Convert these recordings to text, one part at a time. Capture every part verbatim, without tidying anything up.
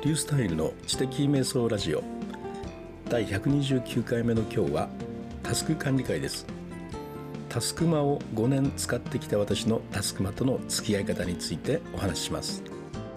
リュースタイルの知的瞑想ラジオだいひゃくにじゅうきゅうかいめの今日はタスク管理会です。タスクマをごねん使ってきた私のタスクマとの付き合い方についてお話しします。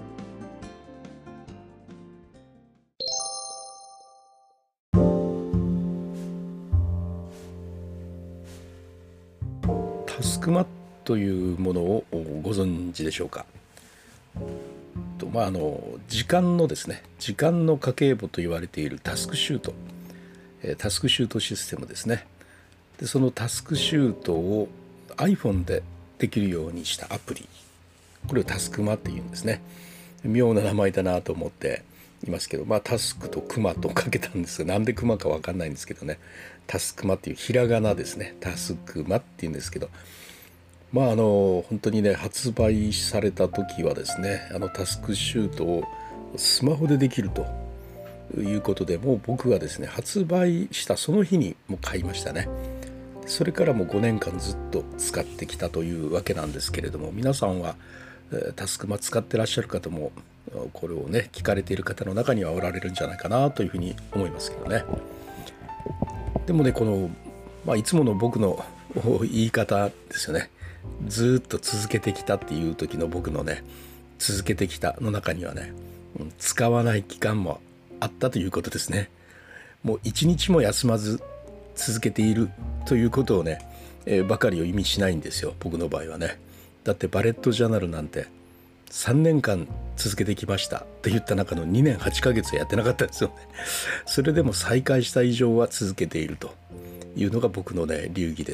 タスクマというものをご存知でしょうか。とまあ、あの時間のですね時間の家計簿と言われているタスクシュート、えータスクシュートシステムですね。でそのタスクシュートを iPhone でできるようにしたアプリ、これをタスクマっていうんですね。妙な名前だなと思っていますけど、まあタスクとクマとかけたんですが、なんでクマか分かんないんですけどね、タスクマっていうひらがなですね。タスクマっていうんですけど、まああの本当にね、発売された時はですね、あのタスクシュートをスマホでできるということで、もう僕はですね、発売したその日にもう買いましたね。それからもうごねんかんずっと使ってきたというわけなんですけれども、皆さんはえータスクマ使ってらっしゃる方も、これをね聞かれている方の中にはおられるんじゃないかなというふうに思いますけどね。でもね、この、まあ、いつもの僕の言い方ですよね。ずっと続けてきたっていう時の僕のね、続けてきたの中にはね、うん使わない期間もあったということですね。もう一日も休まず続けているということをね、えーばかりを意味しないんですよ、僕の場合はね。だってバレットジャーナルなんてさんねんかん続けてきましたって言った中のにねんはちかげつはやってなかったんですよね。それでも再開した以上は続けているというのが僕のね流儀です。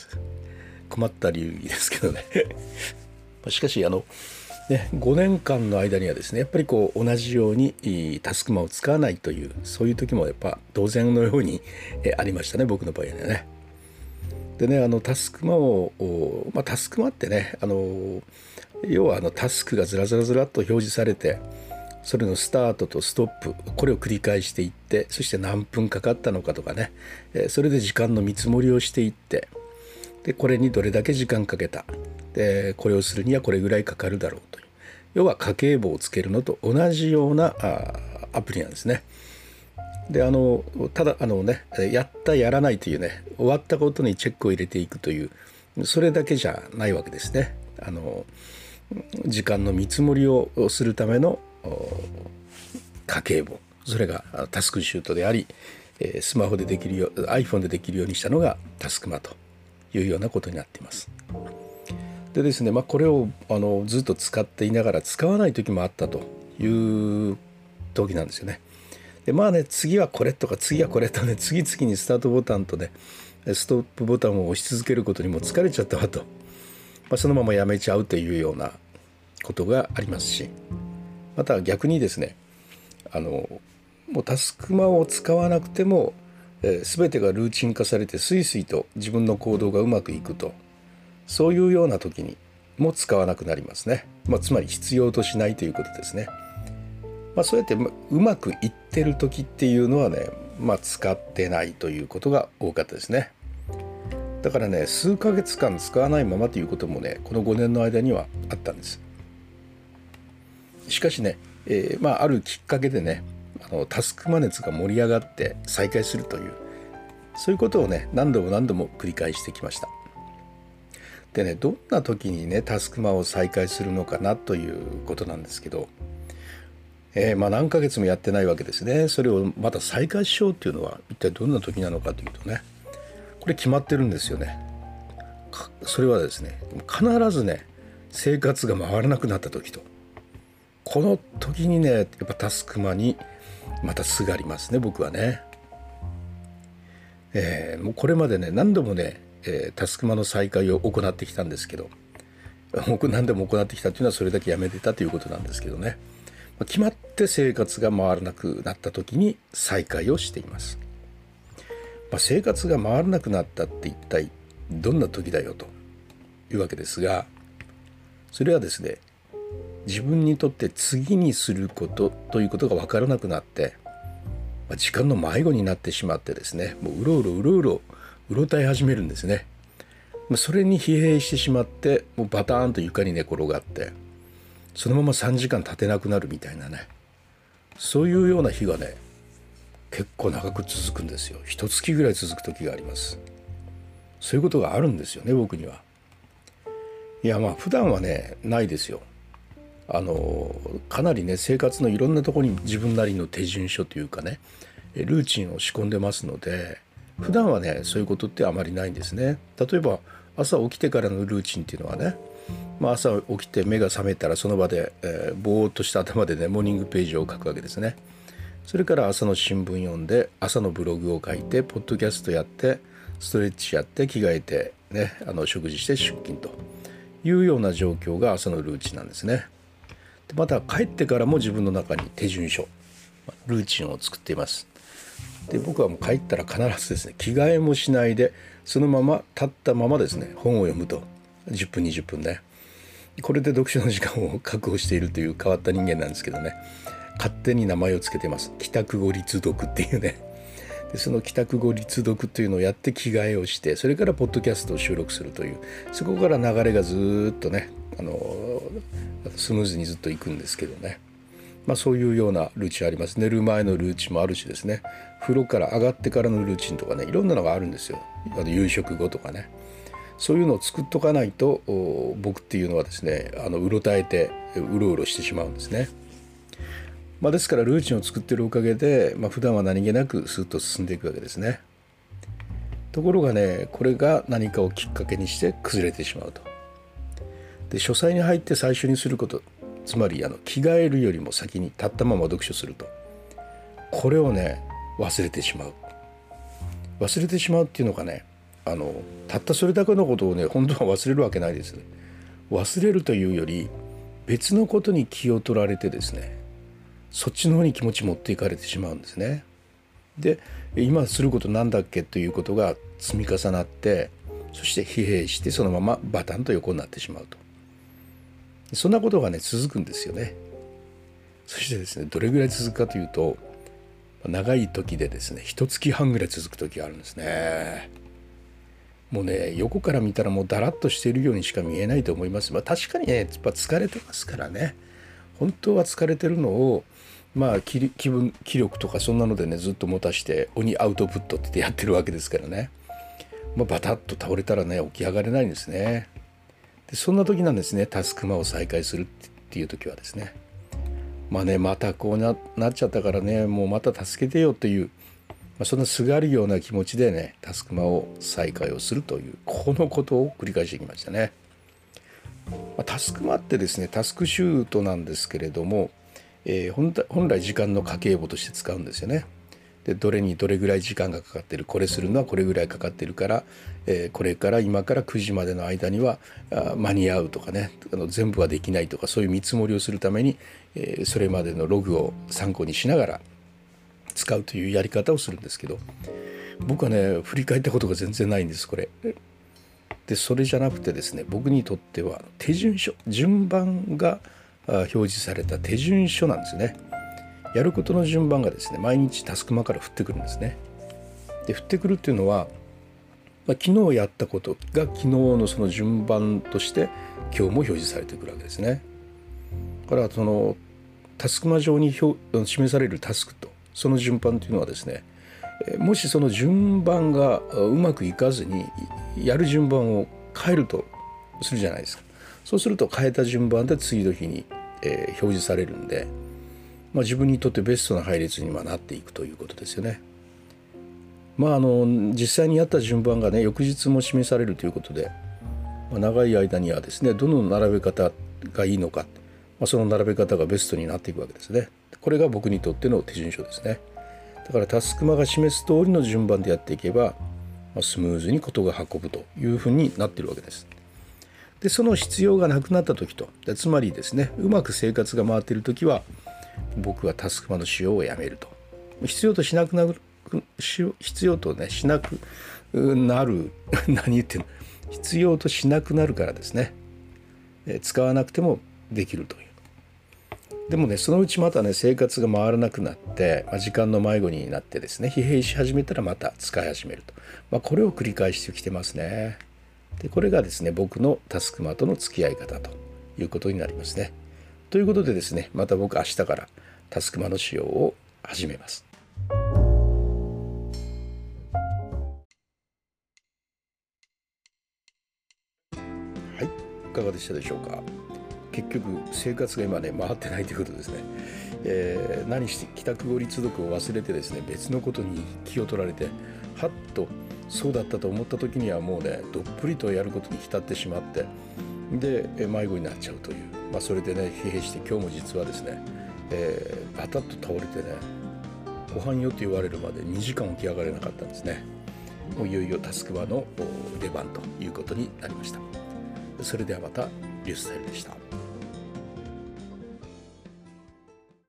困った流儀ですけどね。しかしあのね、ごねんかんの間にはですね、やっぱりこう同じようにいいタスクマを使わないという、そういう時もやっぱ当然のようにえありましたね、僕の場合はね。でね、あのタスクマを、おまあ、タスクマってね、あの要はあのタスクがずらずらずらっと表示されて、それのスタートとストップ、これを繰り返していって、そして何分かかったのかとかね、えーそれで時間の見積もりをしていって、でこれにどれだけ時間かけた、でこれをするにはこれぐらいかかるだろうという、要は家計簿をつけるのと同じようなあアプリなんですね。であのただあのね、やったやらないというね、終わったことにチェックを入れていくという、それだけじゃないわけですね。あの時間の見積もりをするための家計簿、それがタスクシュートであり、えースマホでできるよ iPhone でできるようにしたのがタスクマというようなことになっています。でですね、まあ、これをあのずっと使っていながら使わない時もあったという時なんですよね。でまあね、次はこれとか次はこれとね、次々にスタートボタンとねストップボタンを押し続けることにも疲れちゃったわと、まあ、そのままやめちゃうというようなことがありますし、また逆にですね、あのもうタスクマを使わなくても、えー、全てがルーチン化されてスイスイと自分の行動がうまくいくと、そういうような時にも使わなくなりますね。まあ、つまり必要としないということですね。まあ、そうやってうまくいってる時っていうのはね、まあ、使ってないということが多かったですね。だからね、数ヶ月間使わないままということもね、このごねんの間にはあったんです。しかしね、えーまあ、あるきっかけでね、あのタスクマ熱が盛り上がって再開するという、そういうことをね何度も何度も繰り返してきました。でね、どんな時にねタスクマを再開するのかなということなんですけど、えーまあ何ヶ月もやってないわけですね。それをまた再開しようっていうのは一体どんな時なのかというとね、これ決まってるんですよね。それはですね、必ずね生活が回らなくなった時と、この時にねやっぱタスクマにまたすがりますね、僕はね。えーもうこれまでね何度もね、えータスクマの再開を行ってきたんですけど、僕何度も行ってきたというのはそれだけやめてたということなんですけどね、決まって生活が回らなくなった時に再開をしています。まあ、生活が回らなくなったって一体どんな時だよというわけですが、それはですね、自分にとって次にすることということが分からなくなって、まあ時間の迷子になってしまってですね、もううろうろうろうろうろたえ始めるんですね。まあそれに疲弊してしまって、もうバターンと床に寝転がって、そのままさんじかん立てなくなるみたいなね、 そういうような日がね結構長く続くんですよ。一月ぐらい続く時があります。そういうことがあるんですよね、僕には。いやまあ普段はねないですよ。あのかなりね生活のいろんなところに自分なりの手順書というかねルーチンを仕込んでますので、普段はねそういうことってあまりないんですね。例えば朝起きてからのルーチンっていうのはね、まあ、朝起きて目が覚めたらその場で、えー、ぼーっとした頭でねモーニングページを書くわけですね。それから朝の新聞読んで朝のブログを書いてポッドキャストやってストレッチやって着替えてねあの食事して出勤というような状況が朝のルーチンなんですね。でまた帰ってからも自分の中に手順書ルーチンを作っています。で僕はもう帰ったら必ずですね着替えもしないでそのまま立ったままですね本を読むとじゅっぷんにじゅっぷんね、これで読書の時間を確保しているという変わった人間なんですけどね、勝手に名前をつけてます。帰宅後立読っていうね。でその帰宅後立読というのをやって着替えをしてそれからポッドキャストを収録するという、そこから流れがずっとねあのスムーズにずっといくんですけどね、まあ、そういうようなルーチンあります。寝る前のルーチンもあるしですね、風呂から上がってからのルーチンとかねいろんなのがあるんですよ。あと夕食後とかね、そういうのを作っとかないと僕っていうのはですねあのうろたえてうろうろしてしまうんですね。まあ、ですからルーチンを作ってるおかげで、まあ、普段は何気なくスッと進んでいくわけですね。ところがねこれが何かをきっかけにして崩れてしまうと。で書斎に入って最初にすること、つまりあの着替えるよりも先に立ったまま読書すると、これをね忘れてしまう忘れてしまうっていうのがねあのたったそれだけのことをね本当は忘れるわけないですね。忘れるというより別のことに気を取られてですねそっちの方に気持ち持っていかれてしまうんですね。で今することなんだっけということが積み重なってそして疲弊してそのままバタンと横になってしまうと、そんなことがね続くんですよね。そしてですねどれぐらい続くかというと長い時でですね一月半ぐらい続く時があるんですね。もうね横から見たらもうだらっとしているようにしか見えないと思います。まあ、確かにねやっぱ疲れてますからね、本当は疲れてるのをまあ気、気分気力とかそんなのでねずっと持たして鬼アウトプットってやってるわけですからね、まあ、バタッと倒れたらね起き上がれないんですね。でそんな時なんですねタスクマを再開するっていう時はですね、まあねまたこう な, なっちゃったからねもうまた助けてよという、まあ、そんなすがるような気持ちでねタスクマを再開をするというこのことを繰り返してきましたね。まあ、タスクマってですねタスクシュートなんですけれども、えー、本, 本来時間の家計簿として使うんですよね。でどれにどれぐらい時間がかかってる、これするのはこれぐらいかかってるから、えー、これから今からくじまでの間にはあ間に合うとかねあの全部はできないとかそういう見積もりをするために、えー、それまでのログを参考にしながら使うというやり方をするんですけど、僕はね振り返ったことが全然ないんですこれ。でそれじゃなくてですね僕にとっては手順書、順番が表示された手順書なんですね。やることの順番がですね毎日タスクマから降ってくるんですね。で降ってくるっていうのは、まあ、昨日やったことが昨日のその順番として今日も表示されてくるわけですね。だからそのタスクマ上に表示されるタスクとその順番というのはですね、もしその順番がうまくいかずにやる順番を変えるとするじゃないですか。そうすると変えた順番で次の日に、えー、表示されるんで、まあ、自分にとってベストな配列になっていくということですよね。まああの実際にやった順番がね翌日も示されるということで、まあ、長い間にはですねどの並べ方がいいのか、まあ、その並べ方がベストになっていくわけですね。これが僕にとっての手順書ですね。だからタスクマが示す通りの順番でやっていけば、まあ、スムーズに事が運ぶというふうになっているわけです。でその必要がなくなった時と、つまりですねうまく生活が回っている時は僕はタスクマの使用をやめると。必要としなくなる必要とねしなくなる何言ってんの必要としなくなるからですね、使わなくてもできるという。でもねそのうちまたね生活が回らなくなって、まあ、時間の迷子になってですね疲弊し始めたらまた使い始めると、まあ、これを繰り返してきてますね。でこれがですね僕のタスクマとの付き合い方ということになりますね。ということでですねまた僕明日からタスクマの使用を始めます。はい、いかがでしたでしょうか。結局生活が今ね回ってないということですね。えー、何して帰宅後立読を忘れてですね、別のことに気を取られて、はっとそうだったと思った時にはもうねどっぷりとやることに浸ってしまって、で迷子になっちゃうという、まあ、それでね疲弊して、今日も実はですね、えー、バタッと倒れてね、ご飯よと言われるまでにじかん起き上がれなかったんですね。もういよいよタスクバの出番ということになりました。それではまた、リュースタイルでした。